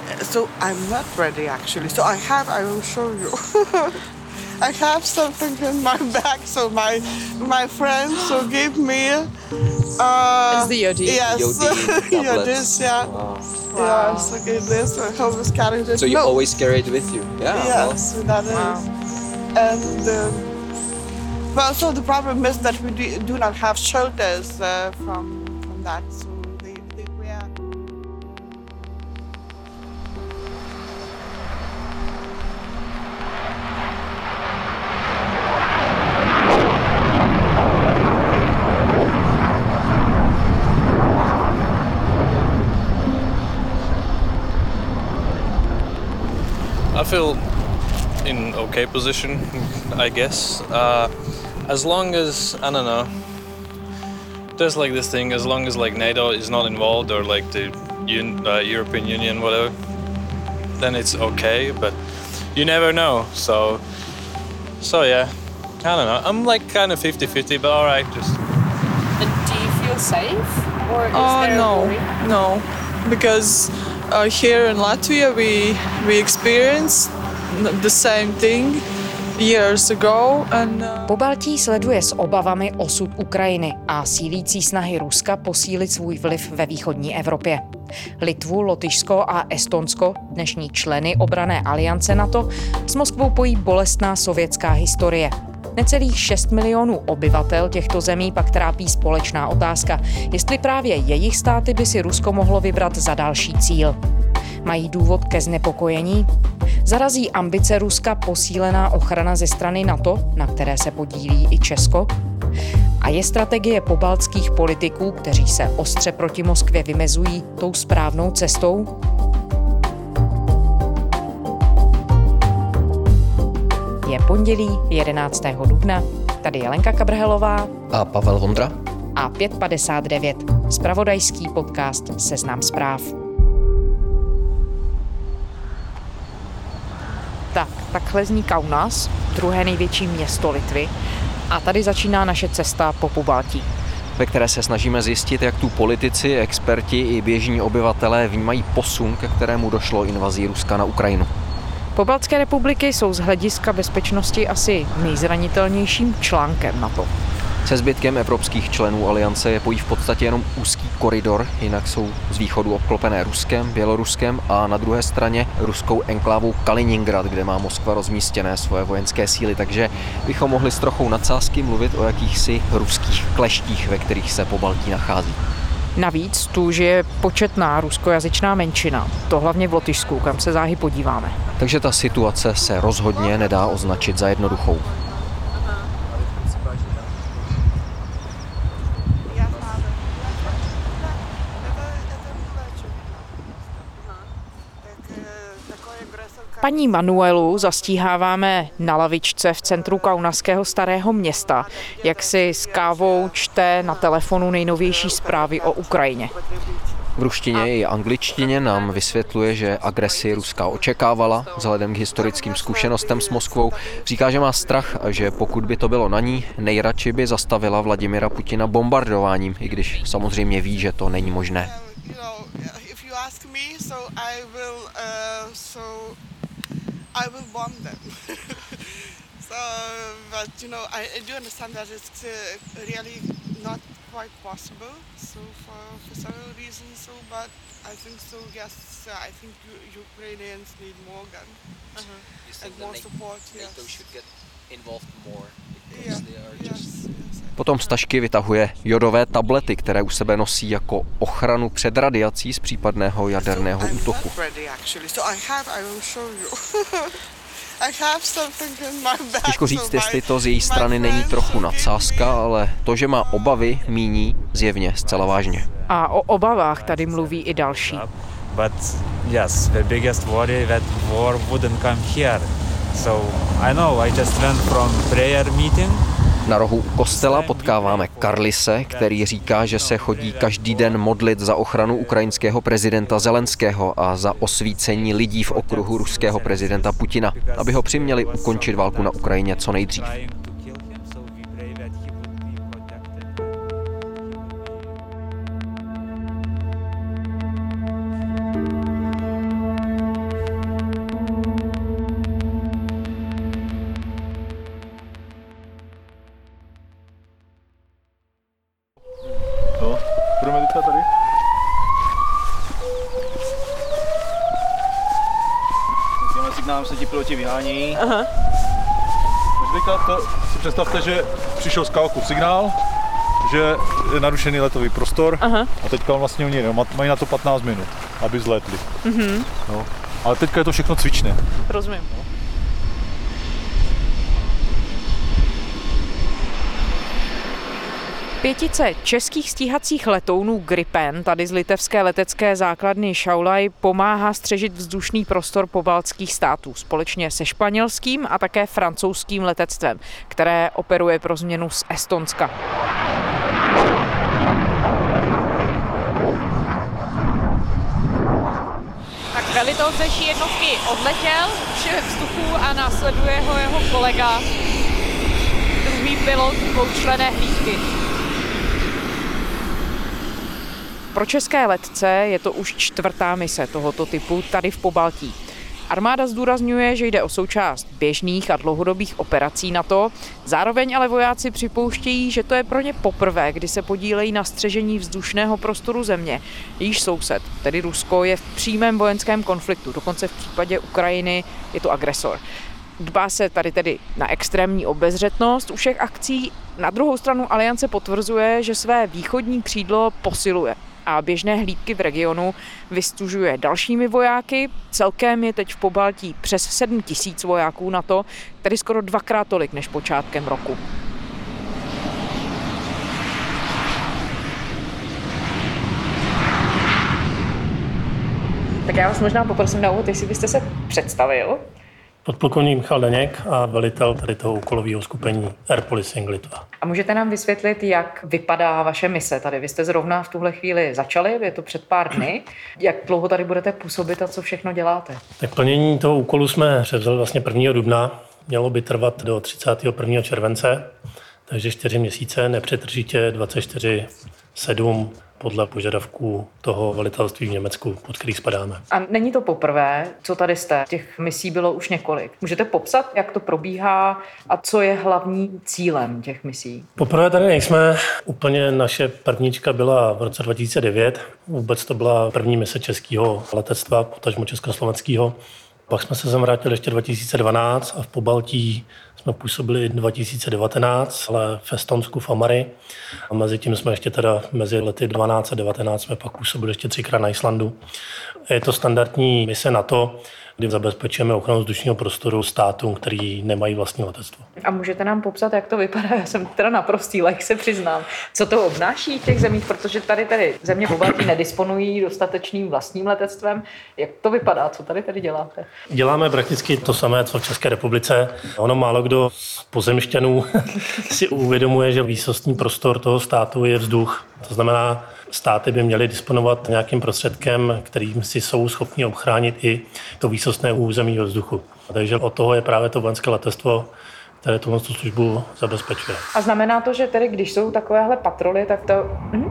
So I'm not ready actually. So I will show you. I have something in my bag. So my friend so gave me. It's the Yodi. Yes, Yodi tablets. yeah. Wow. Yes, okay, this I always carry this. So you always carry it with you? Yeah. Yes, that is. Wow. And well, so the problem is that we do not have shelters from that. So they wear. I feel in okay position, I guess. As long as, I don't know, there's like this thing, as long as like NATO is not involved or like the European Union, whatever, then it's okay, but you never know. So yeah, I don't know. I'm like kind of 50-50, but all right, just. And do you feel safe? Or is there a worry? No, because here in Latvia we experienced the same thing years ago and Pobaltí sleduje s obavami osud Ukrajiny a sílící snahy Ruska posílit svůj vliv ve východní Evropě. Litvu, Lotyšsko a Estonsko, dnešní členy obranné aliance NATO, s Moskvou pojí bolestná sovětská historie. Necelých 6 milionů obyvatel těchto zemí pak trápí společná otázka, jestli právě jejich státy by si Rusko mohlo vybrat za další cíl. Mají důvod ke znepokojení? Zarazí ambice Ruska posílená ochrana ze strany NATO, na které se podílí i Česko? A je strategie pobaltských politiků, kteří se ostře proti Moskvě vymezují, tou správnou cestou? Je pondělí 11. dubna, tady je Lenka Kabrhelová A Pavel Vondra. a 5:59, zpravodajský podcast Seznam zpráv. Takhle zní Kaunas, druhé největší město Litvy, a tady začíná naše cesta po Pobaltí. Ve které se snažíme zjistit, jak tu politici, experti i běžní obyvatelé vnímají posun, ke kterému došlo invazí Ruska na Ukrajinu. Pobaltské republiky jsou z hlediska bezpečnosti asi nejzranitelnějším článkem NATO. Se zbytkem evropských členů aliance je pojí v podstatě jenom úzký koridor, jinak jsou z východu obklopené Ruskem, Běloruskem a na druhé straně ruskou enklávou Kaliningrad, kde má Moskva rozmístěné svoje vojenské síly, takže bychom mohli s trochou nadsázky mluvit o jakýchsi ruských kleštích, ve kterých se Pobaltí nachází. Navíc tu žije početná ruskojazyčná menšina, to hlavně v Lotyšsku, kam se záhy podíváme. Takže ta situace se rozhodně nedá označit za jednoduchou. Paní Manuelu zastíháváme na lavičce v centru kaunaského starého města, jak si s kávou čte na telefonu nejnovější zprávy o Ukrajině. V ruštině i angličtině nám vysvětluje, že agresi Ruska očekávala vzhledem k historickým zkušenostem s Moskvou. Říká, že má strach a že pokud by to bylo na ní, nejradši by zastavila Vladimira Putina bombardováním, i když samozřejmě ví, že to není možné. I will bomb them. So, but you know, I do understand that it's really not quite possible. So for several reasons. So, but I think so. Yes, I think Ukrainians need more guns and more support. NATO Yes. should get involved more because Yeah. they are Yes. just. Yes. Potom z tašky vytahuje jodové tablety, které u sebe nosí jako ochranu před radiací z případného jaderného útoku. Těžko říct, jestli to z její strany není trochu nadsázka, ale to, že má obavy, míní zjevně zcela vážně. A o obavách tady mluví i další. But yes, the biggest worry that war wouldn't come here. So I know I just went from prayer meeting. Na rohu kostela potkáváme Karlise, který říká, že se chodí každý den modlit za ochranu ukrajinského prezidenta Zelenského a za osvícení lidí v okruhu ruského prezidenta Putina, aby ho přiměli ukončit válku na Ukrajině co nejdřív. nám se ti piloti vyhánějí. Aha. To si představte, že přišel z Kalku signál, že je narušený letový prostor. Aha. A teďka vlastně oni mají na to 15 minut, aby zlétli. Mhm. No. Ale teďka je to všechno cvičné. Rozumím. No. Pětice českých stíhacích letounů Gripen tady z litevské letecké základny Šiauliai pomáhá střežit vzdušný prostor pobaltských států společně se španělským a také francouzským letectvem, které operuje pro změnu z Estonska. Tak velitel z naší jednotky odletěl, už je ve vzduchu a následuje ho jeho kolega, druhý pilot dvoučlenné hlídky. Pro české letce je to už 4. mise tohoto typu tady v Pobaltí. Armáda zdůrazňuje, že jde o součást běžných a dlouhodobých operací NATO, zároveň ale vojáci připouštějí, že to je pro ně poprvé, kdy se podílejí na střežení vzdušného prostoru země. Jejíž soused, tedy Rusko, je v přímém vojenském konfliktu, dokonce v případě Ukrajiny je to agresor. Dbá se tady tedy na extrémní obezřetnost u všech akcí. Na druhou stranu Aliance potvrzuje, že své východní křídlo posiluje a běžné hlídky v regionu vystužuje dalšími vojáky. Celkem je teď v Pobaltí přes 7 000 vojáků NATO, tedy skoro 2x tolik než počátkem roku. Tak já vás možná poprosím na úvod, jestli byste se představil. Podplukovník Michal Daněk a velitel tady toho úkolového skupení Air Policing Litva. A můžete nám vysvětlit, jak vypadá vaše mise tady? Vy jste zrovna v tuhle chvíli začali, je to před pár dny. Jak dlouho tady budete působit a co všechno děláte? Tak plnění toho úkolu jsme převzali vlastně 1. dubna. Mělo by trvat do 31. července, takže 4 měsíce, nepřetržitě 24/7 podle požadavků toho velitelství v Německu, pod který spadáme. A není to poprvé, co tady jste. Těch misí bylo už několik. Můžete popsat, jak to probíhá a co je hlavním cílem těch misí? Poprvé tady nejsme. Úplně naše prvnička byla v roce 2009. Vůbec to byla první mise českého letectva, potažmo československého. Pak jsme se sem vrátili ještě 2012 a v Pobaltí jsme působili 2019, ale v Estonsku v Amari. A mezi tím jsme ještě teda mezi lety 12 a 19 jsme pak působili ještě 3krát na Islandu. Je to standardní mise NATO, kdy zabezpečujeme ochranu vzdušného prostoru státům, který nemají vlastní letectvo. A můžete nám popsat, jak to vypadá? Já jsem teda naprostý laik, se přiznám. Co to obnáší v těch zemích, protože tady země Pobaltí nedisponují dostatečným vlastním letectvem. Jak to vypadá? Co tady děláte? Děláme prakticky to samé, co v České republice. Ono málo kdo z pozemšťanů si uvědomuje, že výsostný prostor toho státu je vzduch. To znamená, státy by měly disponovat nějakým prostředkem, kterým si jsou schopni ochránit i to výsostné území ve vzduchu. Takže od toho je právě to vojenské letectvo, které tu službu zabezpečuje. A znamená to, že tedy, když jsou takovéhle patroly, tak to...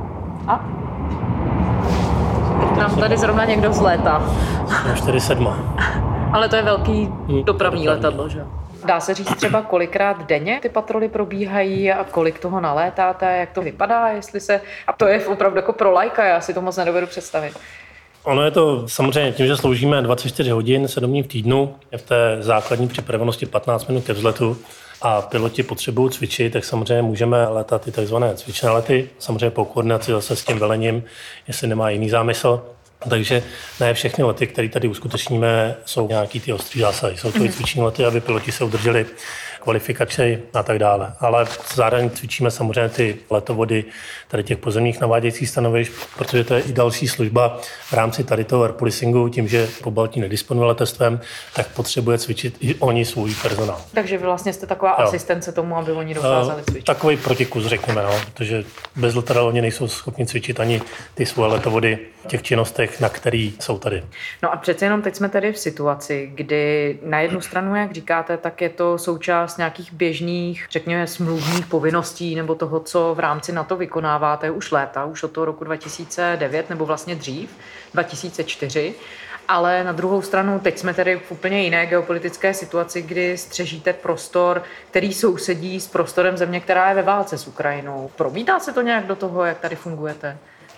Nám tady zrovna někdo vzlétá. 47. Ale to je velký dopravní letadlo, že? Dá se říct třeba, kolikrát denně ty patroly probíhají a kolik toho nalétáte, jak to vypadá, jestli se... A to je opravdu jako pro laika, já si to moc nedovedu představit. Ono je to samozřejmě tím, že sloužíme 24 hodin, 7 dní v týdnu, je v té základní připravenosti 15 minut ke vzletu a piloti potřebují cvičit, tak samozřejmě můžeme letat i takzvané cvičné lety, samozřejmě po koordinaci zase s tím velením, jestli nemá jiný zámysl. Takže ne všechny lety, které tady uskutečníme, jsou nějaký ty ostrý zásahy. Jsou to i cviční lety, aby piloti se udrželi kvalifikaci a tak dále. Ale zároveň cvičíme samozřejmě ty letovody tady těch pozemních navádějících stanovišť, protože to je i další služba v rámci tady toho air policingu, tím, že Pobaltí nedisponuje letectvem, tak potřebuje cvičit i oni svůj personál. Takže vy vlastně jste taková asistence tomu, aby oni dokázali cvičit. Takový protikus, řekněme, protože bez letadel oni nejsou schopni cvičit ani ty svoje letovody v těch činnostech, na který jsou tady. No a přece jenom teď jsme tady v situaci, kdy na jednu stranu, jak říkáte, tak je to součást nějakých běžných, řekněme, smluvních povinností nebo toho, co v rámci NATO vykonáváte už léta, už od toho roku 2009 nebo vlastně dřív, 2004. Ale na druhou stranu, teď jsme tady v úplně jiné geopolitické situaci, kdy střežíte prostor, který sousedí s prostorem země, která je ve válce s Ukrajinou. Promítá se to nějak do toho, jak tady fungujete?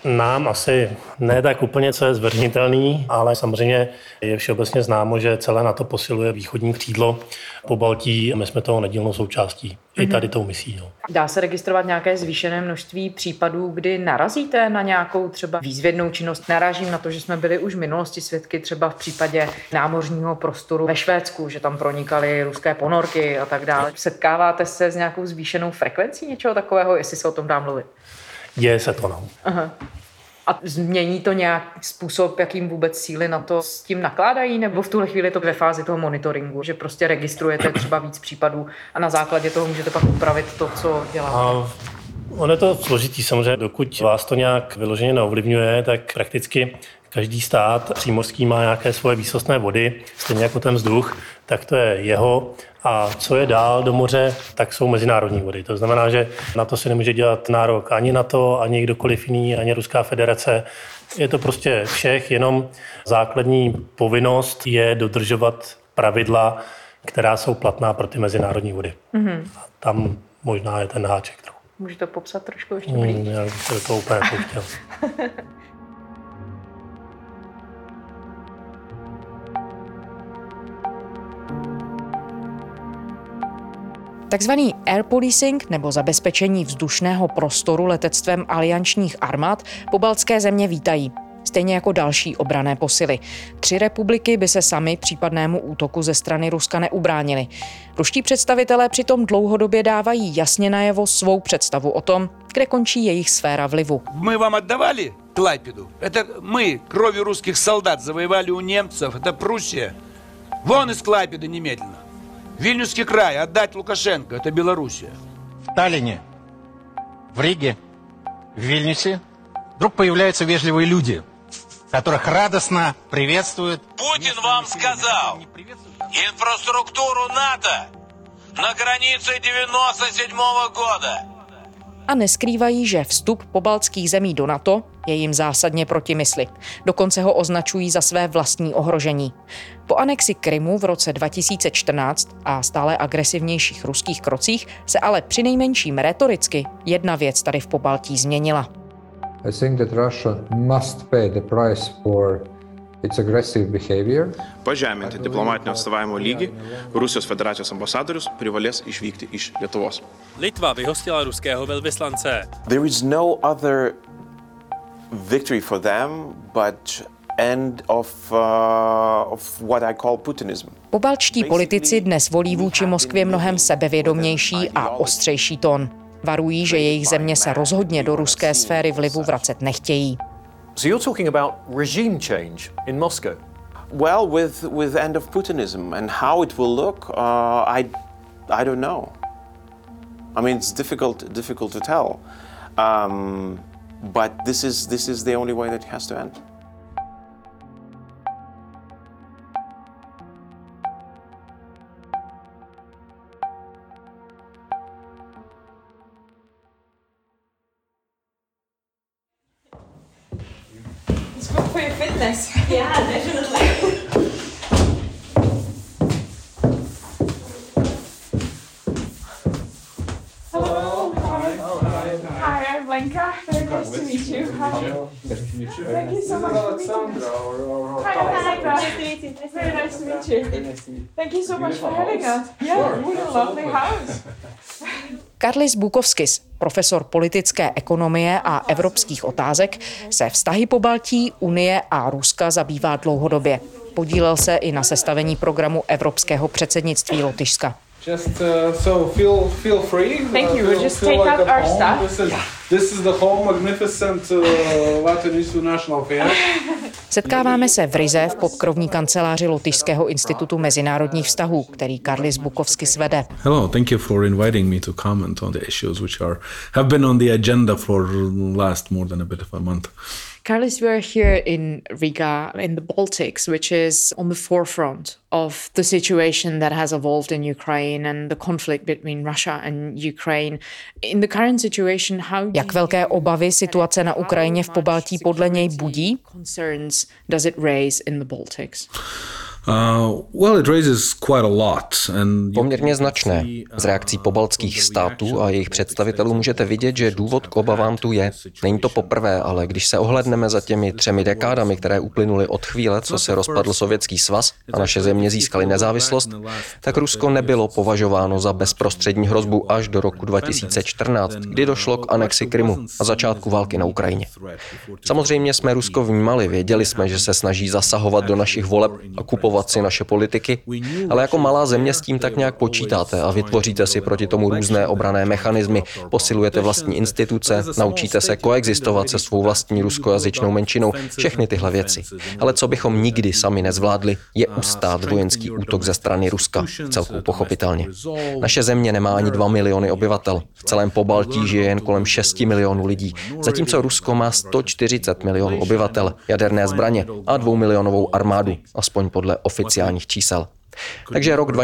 Nám asi ne tak úplně, co je zveřejnitelný, ale samozřejmě je všeobecně známo, že celé NATO posiluje východní křídlo Pobaltí a my jsme toho nedílnou součástí. I tady tou misí. No. Dá se registrovat nějaké zvýšené množství případů, kdy narazíte na nějakou třeba výzvědnou činnost? Narážím na to, že jsme byli už v minulosti svědky třeba v případě námořního prostoru ve Švédsku, že tam pronikaly ruské ponorky a tak dále. Setkáváte se s nějakou zvýšenou frekvencí něčeho takového, jestli se o tom dá mluvit? Děje se to, no. Aha. A změní to nějak způsob, jakým vůbec síly na to s tím nakládají, nebo v tuhle chvíli je to ve fázi toho monitoringu, že prostě registrujete třeba víc případů a na základě toho můžete pak upravit to, co děláte? Ono je to složitý samozřejmě, dokud vás to nějak vyloženě neovlivňuje, tak prakticky každý stát přímořský má nějaké svoje výsostné vody, stejně jako ten vzduch, tak to je jeho. A co je dál do moře, tak jsou mezinárodní vody. To znamená, že na to si nemůže dělat nárok ani NATO, ani kdokoliv jiný, ani Ruská federace. Je to prostě všech, jenom základní povinnost je dodržovat pravidla, která jsou platná pro ty mezinárodní vody. Mm-hmm. A tam možná je ten háček trochu. Můžu to popsat trošku ještě blíž? Já bych se do toho úplně pouštěl. Takzvaný air policing nebo zabezpečení vzdušného prostoru letectvem aliančních armád pobaltské země vítají. Stejně jako další obranné posily. 3 republiky by se sami případnému útoku ze strany Ruska neubránily. Ruští představitelé přitom dlouhodobě dávají jasně najevo svou představu o tom, kde končí jejich sféra vlivu. My vám oddavali Klайпеду. Это мы кровью русских солдат завоевали у немцев. Это Пруссия. Вон из Клайпеды немедленно. Вильнюсский край отдать Лукашенко. Это Белоруссия. В Таллине, в Риге, в Вильнюсе вдруг появляются вежливые люди, которых радостно приветствуют. Путин вам сказал, инфраструктуру НАТО на границе 97-го года. A neskrývají, že vstup pobaltských zemí do NATO je jim zásadně proti mysli. Dokonce ho označují za své vlastní ohrožení. Po anexi Krymu v roce 2014 a stále agresivnějších ruských krocích se ale přinejmenším retoricky jedna věc tady v Pobaltí změnila. I think that Russia must pay the price for its aggressive behavior. Pažeminti diplomatinio atstovavimo lygį, Rusijos federacijos ambasadorius privalės išvykti iš Lietuvos. Litva vyhostila ruského velvyslance. There is no other victory for them but end of what I call Putinism. Pobaltští politici dnes volí vůči Moskvě mnohem sebevědomější a ostřejší tón. Varují, že jejich země se rozhodně do ruské sféry vlivu vracet nechtějí. So you're talking about regime change in Moscow? Well, with end of Putinism and how it will look, I don't know. I mean, it's difficult to tell. But this is the only way that it has to end. It's good for your fitness. Yeah, definitely. Hello. Hi, I'm Lenka. Very nice to meet you. Thank you so much for meeting us. Hi, Alexandra. Nice to meet you. Very nice to meet you. Thank you so much for having us. Yeah, what a lovely house. Karlis Bukovskis, profesor politické ekonomie a evropských otázek, se vztahy Pobaltí, Unie a Ruska zabývá dlouhodobě. Podílel se i na sestavení programu evropského předsednictví Lotyšska. Just feel free. Thank you. We'll just take out our stuff. This is the whole magnificent Latvian National Fair. Setkáváme se v Rize v podkrovní kanceláři Lotyšského institutu mezinárodních vztahů, který Karlis Bukovskis vede. Hello, thank you for inviting me to comment on the issues which have been on the agenda for last more than a bit of a month. Karlis, we are here in Riga, in the Baltics, which is on the forefront of the situation that has evolved in Ukraine and the conflict between Russia and Ukraine. In the current situation, how Jak velké obavy situace na Ukrajině v Pobaltí podle něj budí? Concerns does it raise in the Baltics? Poměrně značné. Z reakcí pobaltských států a jejich představitelů můžete vidět, že důvod k obavám tu je. Není to poprvé, ale když se ohlédneme za těmi 3 dekádami, které uplynuly od chvíle, co se rozpadl Sovětský svaz a naše země získaly nezávislost, tak Rusko nebylo považováno za bezprostřední hrozbu až do roku 2014, kdy došlo k anexi Krymu a začátku války na Ukrajině. Samozřejmě jsme Rusko vnímali, věděli jsme, že se snaží zasahovat do našich voleb a kupovat si naše politiky, ale jako malá země s tím tak nějak počítáte a vytvoříte si proti tomu různé obranné mechanismy, posilujete vlastní instituce, naučíte se koexistovat se svou vlastní ruskojazyčnou menšinou, všechny tyhle věci. Ale co bychom nikdy sami nezvládli, je ustát vojenský útok ze strany Ruska, celku pochopitelně. Naše země nemá ani 2 miliony obyvatel. V celém Pobaltí žije jen kolem 6 milionů lidí, zatímco Rusko má 140 milionů obyvatel, jaderné zbraně a 2milionovou armádu, aspoň podle oficiálních čísel. Takže rok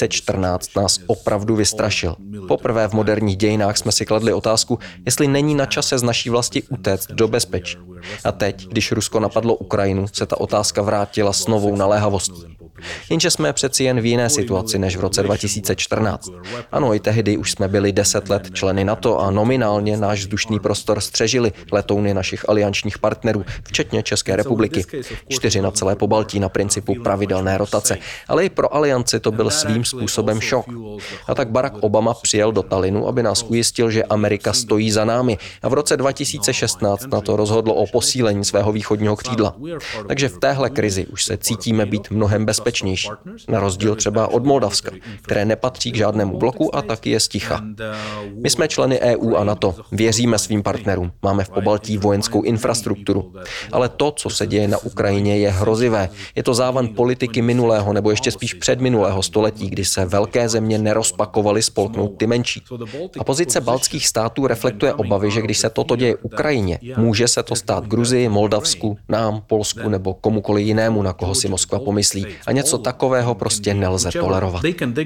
2014 nás opravdu vystrašil. Poprvé v moderních dějinách jsme si kladli otázku, jestli není na čase z naší vlasti utéct do bezpečí. A teď, když Rusko napadlo Ukrajinu, se ta otázka vrátila s novou naléhavostí. Jenže jsme přeci jen v jiné situaci než v roce 2014. Ano, i tehdy už jsme byli 10 let členy NATO a nominálně náš vzdušný prostor střežili letouny našich aliančních partnerů, včetně České republiky. 4 na celé Pobaltí na principu pravidelné rotace. Ale i pro alianci to byl svým způsobem šok. A tak Barack Obama přijel do Tallinnu, aby nás ujistil, že Amerika stojí za námi. A v roce 2016 NATO rozhodlo o posílení svého východního křídla. Takže v téhle krizi už se cítíme být mnohem bezpečnější. Na rozdíl třeba od Moldavska, které nepatří k žádnému bloku a taky je sticha. My jsme členy EU a NATO, věříme svým partnerům, máme v Pobaltí vojenskou infrastrukturu. Ale to, co se děje na Ukrajině, je hrozivé. Je to závan politiky minulého nebo ještě spíš předminulého století, kdy se velké země nerozpakovaly spolknout ty menší. A pozice baltských států reflektuje obavy, že když se toto děje Ukrajině, může se to stát Gruzii, Moldavsku, nám, Polsku nebo komukoliv jinému, na koho si Moskva pomyslí. A něco takového prostě nelze tolerovat.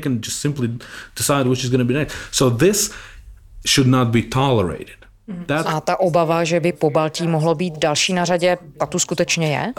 A ta obava, že by Pobaltí mohlo být další na řadě, ta tu skutečně je?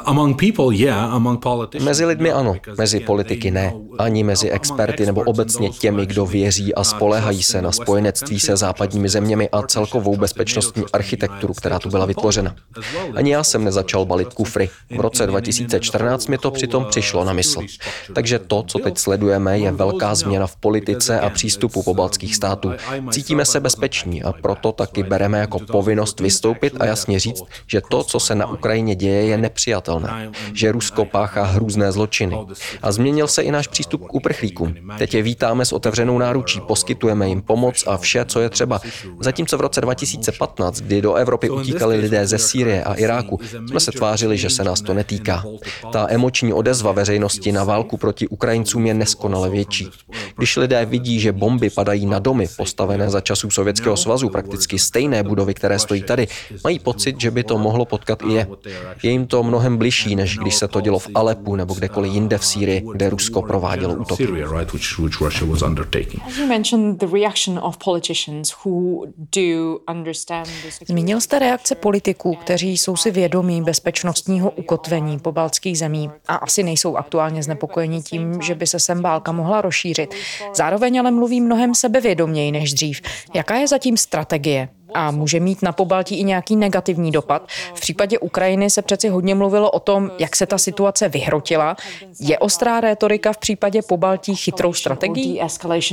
Mezi lidmi ano, mezi politiky ne. Ani mezi experty nebo obecně těmi, kdo věří a spoléhají se na spojenectví se západními zeměmi a celkovou bezpečnostní architekturu, která tu byla vytvořena. Ani já jsem nezačal balit kufry. V roce 2014 mi to přitom přišlo na mysl. Takže to, co teď sledujeme, je velká změna v politice a přístupu pobaltských států. Cítíme se bezpeční a proto taky bereme jako povinnost vystoupit a jasně říct, že to, co se na Ukrajině děje, je nepřijatelné, že Rusko páchá hrůzné zločiny. A změnil se i náš přístup k uprchlíkům. Teď je vítáme s otevřenou náručí, poskytujeme jim pomoc a vše, co je třeba. Zatímco v roce 2015, kdy do Evropy utíkali lidé ze Sýrie a Iráku, jsme se tvářili, že se nás to netýká. Ta emoční odezva veřejnosti na válku proti Ukrajincům je neskonale větší. Když lidé vidí, že bomby padají na domy postavené za časů Sovětského svazu, prakticky stejné budovy, které stojí tady, mají pocit, že by to mohlo potkat i je. Je jim to mnohem bližší, než když se to dělo v Alepu nebo kdekoliv jinde v Sýrii, kde Rusko provádělo útoky. Zmínil jste reakce politiků, kteří jsou si vědomí bezpečnostního ukotvení pobaltských zemí a asi nejsou aktuálně znepokojeni tím, že by se sem válka mohla rozšířit. Zároveň ale mluví mnohem sebevědoměji než dřív. Jaká je zatím strategie? A může mít na Pobaltí i nějaký negativní dopad. V případě Ukrajiny se přeci hodně mluvilo o tom, jak se ta situace vyhrotila. Je ostrá rétorika v případě Pobaltí chytrou strategií?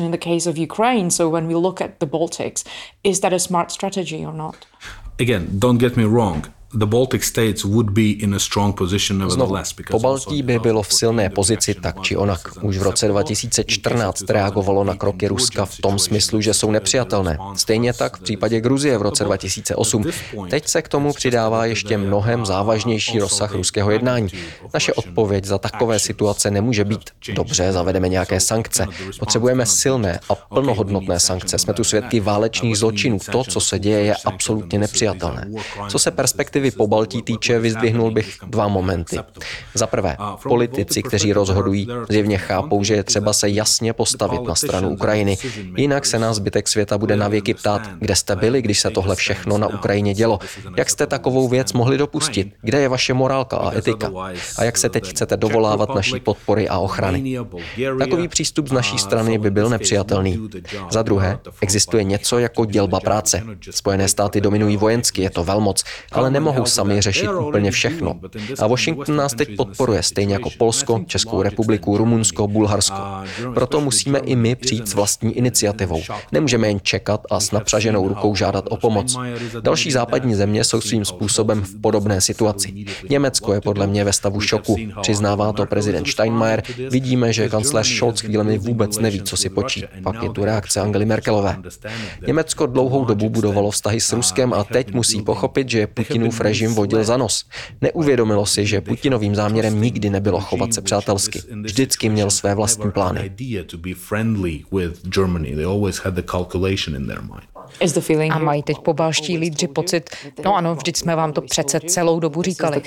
Again, don't get me wrong. The Baltic states would be in a strong position nevertheless. Pobaltí by bylo v silné pozici tak či onak. Už v roce 2014 reagovalo na kroky Ruska v tom smyslu, že jsou nepřijatelné. Stejně tak v případě Gruzie v roce 2008. Teď se k tomu přidává ještě mnohem závažnější rozsah ruského jednání. Naše odpověď za takové situace nemůže být: dobře, zavedeme nějaké sankce. Potřebujeme silné a plnohodnotné sankce. Jsme tu svědky válečných zločinů. To, co se děje, je absolutně nepřijatelné. Co se perspektivy perspektivy Pobaltí týče, vyzdvihnul bych 2 momenty. Za prvé, politici, kteří rozhodují, zjevně chápou, že je třeba se jasně postavit na stranu Ukrajiny. Jinak se nás zbytek světa bude navěky ptát, kde jste byli, když se tohle všechno na Ukrajině dělo. Jak jste takovou věc mohli dopustit? Kde je vaše morálka a etika? A jak se teď chcete dovolávat naší podpory a ochrany? Takový přístup z naší strany by byl nepřijatelný. Za druhé, existuje něco jako dělba práce. Spojené státy dominují vojensky, je to velmoc, ale nemohou sami řešit úplně všechno. A Washington nás teď podporuje, stejně jako Polsko, Českou republiku, Rumunsko, Bulharsko. Proto musíme i my přijít s vlastní iniciativou. Nemůžeme jen čekat a s napřaženou rukou žádat o pomoc. Další západní země jsou svým způsobem v podobné situaci. Německo je podle mě ve stavu šoku, přiznává to prezident Steinmeier. Vidíme, že kancléř Scholz chvílemi vůbec neví, co si počít. Pak je tu reakce Angely Merkelové. Německo dlouhou dobu budovalo vztahy s Ruskem a teď musí pochopit, že Putinův režim vodil za nos. Neuvědomilo si, že Putinovým záměrem nikdy nebylo chovat se přátelsky. Vždycky měl své vlastní plány. A mají teď pobalští lídři pocit, no ano, vždyť jsme vám to přece celou dobu říkali.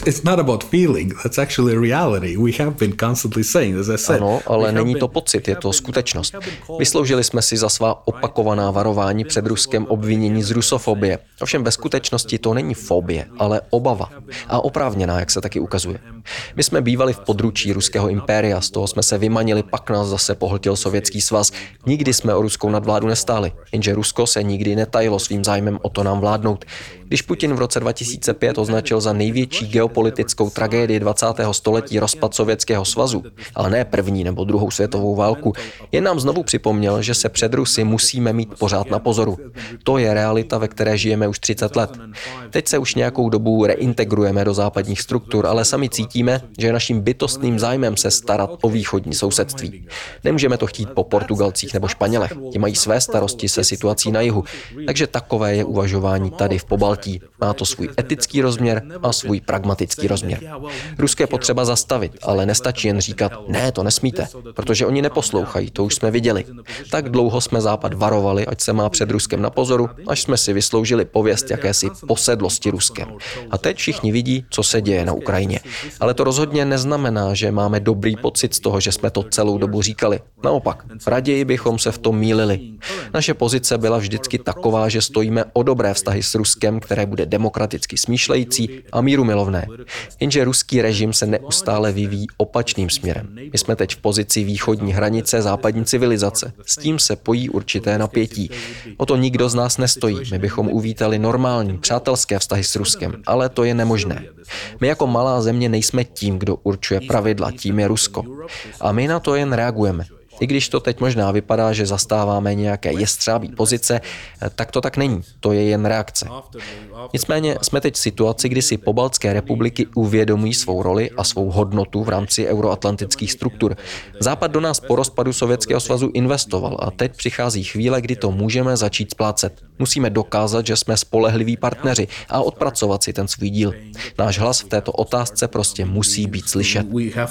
Ano, ale není to pocit, je to skutečnost. Vysloužili jsme si za svá opakovaná varování před Ruskem obvinění z rusofobie. Ovšem ve skutečnosti to není fobie, ale obava. A oprávněná, jak se taky ukazuje. My jsme bývali v područí ruského impéria, z toho jsme se vymanili, pak nás zase pohltil Sovětský svaz. Nikdy jsme o ruskou nadvládu nestáli, jenže Rusko se nikdy netajilo svým zájmem o to nám vládnout. Když Putin v roce 2005 označil za největší geopolitickou tragédii 20. století rozpad Sovětského svazu, ale ne první nebo druhou světovou válku, jen nám znovu připomněl, že se před Rusy musíme mít pořád na pozoru. To je realita, ve které žijeme už 30 let. Teď se už nějakou dobu reintegrujeme do západních struktur, ale sami cítíme, že je naším bytostným zájmem se starat o východní sousedství. Nemůžeme to chtít po Portugalcích nebo Španělech. Ti mají své starosti se situací na jihu. Takže takové je uvažování tady v Pobaltí. Má to svůj etický rozměr a svůj pragmatický rozměr. Rusko je potřeba zastavit, ale nestačí jen říkat, ne, to nesmíte, protože oni neposlouchají, to už jsme viděli. Tak dlouho jsme Západ varovali, ať se má před Ruskem na pozoru, až jsme si vysloužili pověst jakési posedlosti Ruskem. A teď všichni vidí, co se děje na Ukrajině. Ale to rozhodně neznamená, že máme dobrý pocit z toho, že jsme to celou dobu říkali. Naopak, raději bychom se v tom mýlili. Naše pozice byla vždycky taková, že stojíme o dobré vztahy s Ruskem, které bude demokraticky smýšlející a mírumilovné. Jenže ruský režim se neustále vyvíjí opačným směrem. My jsme teď v pozici východní hranice západní civilizace. S tím se pojí určité napětí. O to nikdo z nás nestojí. My bychom uvítali normální, přátelské vztahy s Ruskem, ale to je nemožné. My jako malá země nejsme tím, kdo určuje pravidla, tím je Rusko. A my na to jen reagujeme. I když to teď možná vypadá, že zastáváme nějaké jestřábí pozice, tak to tak není. To je jen reakce. Nicméně jsme teď v situaci, kdy si pobaltské republiky uvědomují svou roli a svou hodnotu v rámci euroatlantických struktur. Západ do nás po rozpadu Sovětského svazu investoval a teď přichází chvíle, kdy to můžeme začít splácet. Musíme dokázat, že jsme spolehliví partneři a odpracovat si ten svůj díl. Náš hlas v této otázce prostě musí být slyšet.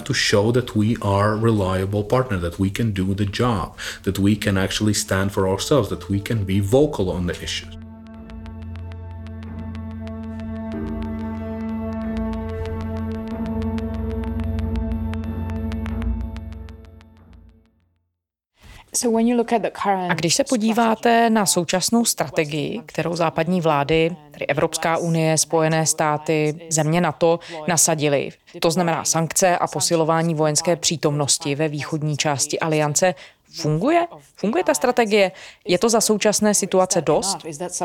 Do the job, that we can actually stand for ourselves, that we can be vocal on the issues. A když se podíváte na současnou strategii, kterou západní vlády, tedy Evropská unie, Spojené státy, země NATO nasadily, to znamená sankce a posilování vojenské přítomnosti ve východní části aliance, funguje? Funguje ta strategie? Je to za současné situace dost?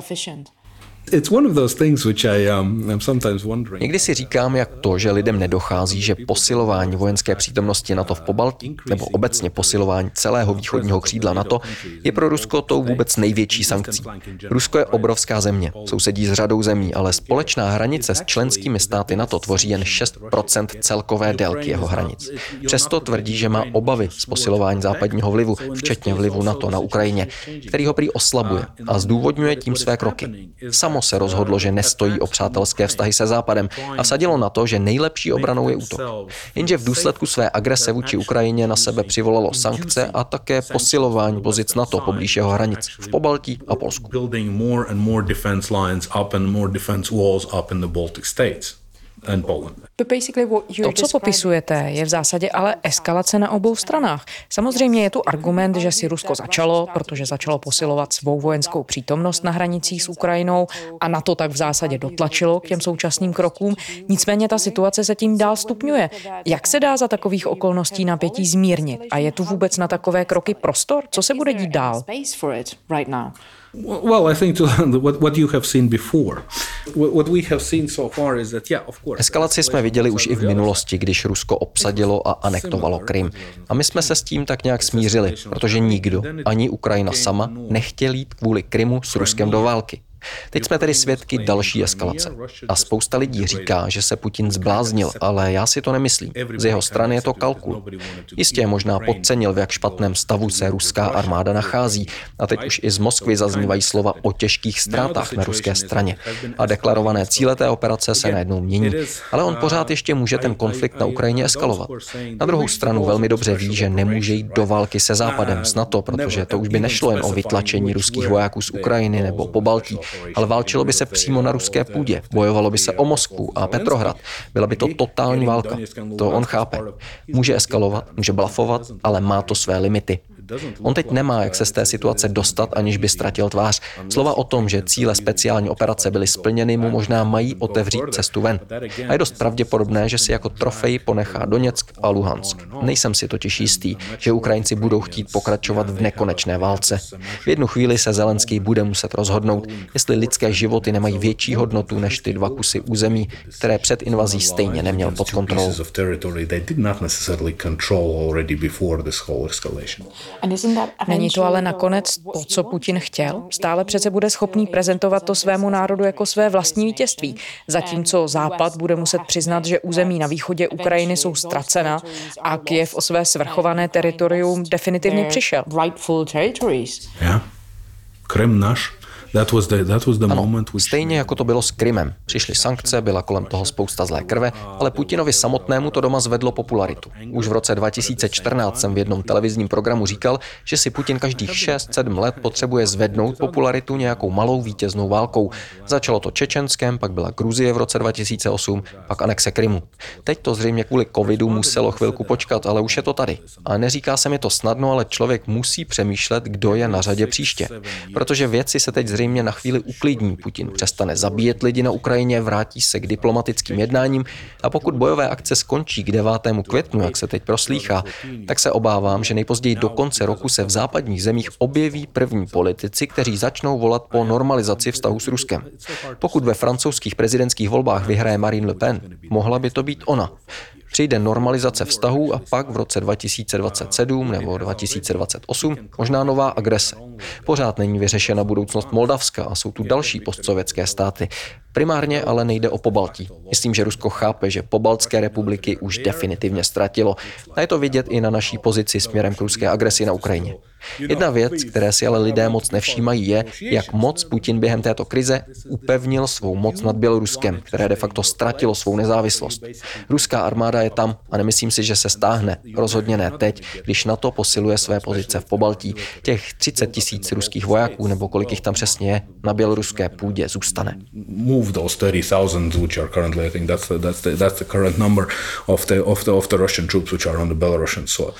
Někdy si říkám, jak to, že lidem nedochází, že posilování vojenské přítomnosti NATO v Pobaltí, nebo obecně posilování celého východního křídla NATO, je pro Rusko tou vůbec největší sankcí. Rusko je obrovská země, sousedí s řadou zemí, ale společná hranice s členskými státy NATO tvoří jen 6% celkové délky jeho hranic. Přesto tvrdí, že má obavy z posilování západního vlivu, včetně vlivu NATO na Ukrajině, který ho prý oslabuje a zdůvodňuje tím své kroky. samo se rozhodlo, že nestojí o přátelské vztahy se Západem a vsadilo na to, že nejlepší obranou je útok. Jenže v důsledku své agrese vůči Ukrajině na sebe přivolalo sankce a také posilování pozic NATO poblíž jeho hranic v Pobaltí a Polsku. To, co popisujete, je v zásadě ale eskalace na obou stranách. Samozřejmě je tu argument, že si Rusko začalo, protože začalo posilovat svou vojenskou přítomnost na hranicích s Ukrajinou a na to tak v zásadě dotlačilo k těm současným krokům. Nicméně ta situace se tím dál stupňuje. Jak se dá za takových okolností napětí zmírnit? A je tu vůbec na takové kroky prostor? Co se bude dít dál? Well, I think what you have seen before, what we have seen so far is that, of course. Eskalaci jsme viděli už i v minulosti, když Rusko obsadilo a anektovalo Krym. A my jsme se s tím tak nějak smířili, protože nikdo, ani Ukrajina sama, nechtěl jít kvůli Krymu s Ruskem do války. Teď jsme tedy svědky další eskalace. A spousta lidí říká, že se Putin zbláznil, ale já si to nemyslím. Z jeho strany je to kalkul. Jistě možná podcenil, v jak špatném stavu se ruská armáda nachází. A teď už i z Moskvy zaznívají slova o těžkých ztrátách na ruské straně. A deklarované cíle té operace se najednou mění. Ale on pořád ještě může ten konflikt na Ukrajině eskalovat. Na druhou stranu velmi dobře ví, že nemůže jít do války se Západem, s NATO, protože to už by nešlo jen o vytlačení ruských vojáků z Ukrajiny nebo Pobaltí, ale válčilo by se přímo na ruské půdě, bojovalo by se o Moskvu a Petrohrad. Byla by to totální válka. To on chápe. Může eskalovat, může blafovat, ale má to své limity. On teď nemá, jak se z té situace dostat, aniž by ztratil tvář. Slova o tom, že cíle speciální operace byly splněny, mu možná mají otevřít cestu ven. A je dost pravděpodobné, že si jako trofej ponechá Doněck a Luhansk. Nejsem si totiž jistý, že Ukrajinci budou chtít pokračovat v nekonečné válce. V jednu chvíli se Zelenský bude muset rozhodnout, jestli lidské životy nemají větší hodnotu než ty 2 kusy území, které před invazí stejně neměl pod kontrolou. Není to ale nakonec to, co Putin chtěl? Stále přece bude schopný prezentovat to svému národu jako své vlastní vítězství, zatímco Západ bude muset přiznat, že území na východě Ukrajiny jsou ztracena a Kyjev o své svrchované teritorium definitivně přišel. Krym náš. Ano, stejně jako to bylo s Krymem. Přišly sankce, byla kolem toho spousta zlé krve, ale Putinovi samotnému to doma zvedlo popularitu. Už v roce 2014 jsem v jednom televizním programu říkal, že si Putin každých 6-7 let potřebuje zvednout popularitu nějakou malou vítěznou válkou. Začalo to Čečenskem, pak byla Gruzie v roce 2008, pak anexe Krymu. Teď to zřejmě kvůli covidu muselo chvilku počkat, ale už je to tady. A neříká se mi to snadno, ale člověk musí přemýšlet, kdo je na řadě příště. Protože věci se teď zřejmě na chvíli uklidní. Putin přestane zabíjet lidi na Ukrajině, vrátí se k diplomatickým jednáním a pokud bojové akce skončí k 9. květnu, jak se teď proslýchá, tak se obávám, že nejpozději do konce roku se v západních zemích objeví první politici, kteří začnou volat po normalizaci vztahu s Ruskem. Pokud ve francouzských prezidentských volbách vyhraje Marine Le Pen, mohla by to být ona. Přijde normalizace vztahů a pak v roce 2027 nebo 2028 možná nová agrese. Pořád není vyřešena budoucnost Moldavska a jsou tu další postsovětské státy. Primárně ale nejde o Pobaltí. Myslím, že Rusko chápe, že pobaltské republiky už definitivně ztratilo. A je to vidět i na naší pozici směrem k ruské agresi na Ukrajině. Jedna věc, které si ale lidé moc nevšímají, je, jak moc Putin během této krize upevnil svou moc nad Běloruskem, které de facto ztratilo svou nezávislost. Ruská armáda je tam a nemyslím si, že se stáhne. Rozhodně ne teď, když NATO posiluje své pozice v Pobaltí. Těch 30 000 ruských vojáků, nebo kolik jich tam přesně je, na běloruské půdě zůstane. Those 30,000, which are currently, I think that's the current number of the Russian troops which are on the Belarusian soil.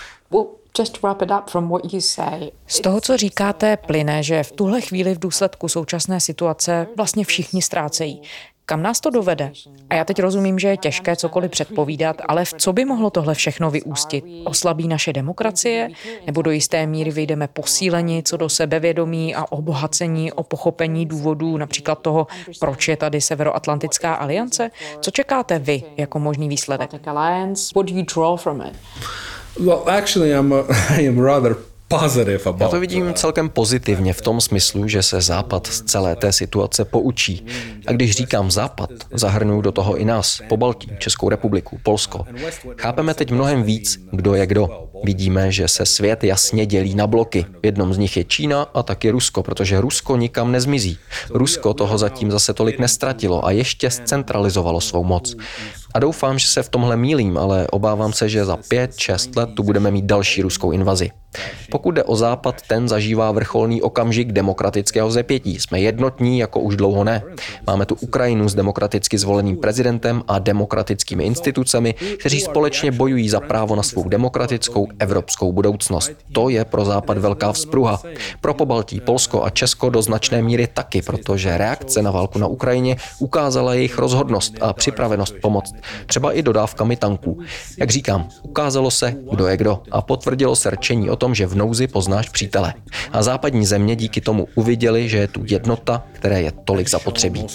Z toho, co říkáte, plyne, že v tuhle chvíli v důsledku současné situace vlastně všichni ztrácejí. Kam nás to dovede? A já teď rozumím, že je těžké cokoliv předpovídat, ale v co by mohlo tohle všechno vyústit? Oslabí naše demokracie? Nebo do jisté míry vyjdeme posíleni co do sebevědomí a obohacení o pochopení důvodů, například toho, proč je tady Severoatlantická aliance? Co čekáte vy jako možný výsledek? Well, actually, I am rather positive about. Já to vidím celkem pozitivně v tom smyslu, že se Západ z celé té situace poučí. A když říkám Západ, zahrnuju do toho i nás, Pobaltí, Českou republiku, Polsko. Chápeme teď mnohem víc, kdo je kdo. Vidíme, že se svět jasně dělí na bloky. V jednom z nich je Čína a taky Rusko, protože Rusko nikam nezmizí. Rusko toho zatím zase tolik nestratilo a ještě zcentralizovalo svou moc. A doufám, že se v tomhle mýlím, ale obávám se, že za 5-6 let tu budeme mít další ruskou invazi. Pokud jde o Západ, ten zažívá vrcholný okamžik demokratického vzepětí. Jsme jednotní, jako už dlouho ne. Máme tu Ukrajinu s demokraticky zvoleným prezidentem a demokratickými institucemi, kteří společně bojují za právo na svou demokratickou evropskou budoucnost. To je pro Západ velká vzpruha. Pro Pobaltí, Polsko a Česko do značné míry taky, protože reakce na válku na Ukrajině ukázala jejich rozhodnost a připravenost pomoct. Třeba i dodávkami tanků. Jak říkám, ukázalo se, kdo je kdo a potvrdilo se rčení o tom, že v nouzi poznáš přítele. A západní země díky tomu uviděli, že je tu jednota, které je tolik zapotřebí.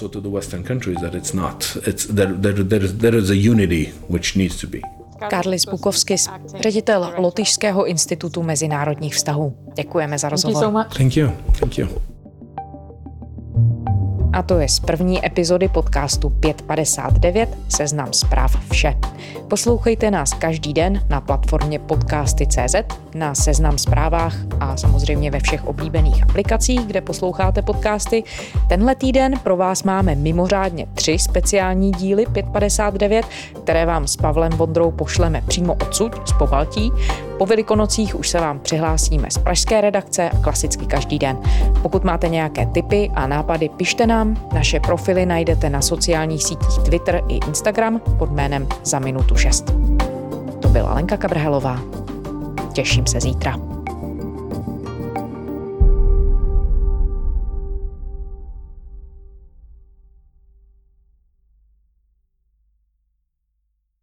Karlis Bukovskis, ředitel Lotyšského institutu mezinárodních vztahů. Děkujeme za rozhovor. Thank you. A to je z první epizody podcastu 559 Seznam zpráv vše. Poslouchejte nás každý den na platformě podcasty.cz, na Seznam zprávách a samozřejmě ve všech oblíbených aplikacích, kde posloucháte podcasty. Tenhle týden pro vás máme mimořádně 3 speciální díly 559, které vám s Pavlem Vondrou pošleme přímo odsud, z Pobaltí. Po Velikonocích už se vám přihlásíme z pražské redakce a klasicky každý den. Pokud máte nějaké tipy a nápady, pište nám. Naše profily najdete na sociálních sítích Twitter i Instagram pod jménem Za minutu 6. To byla Lenka Kabrhelová. Těším se zítra.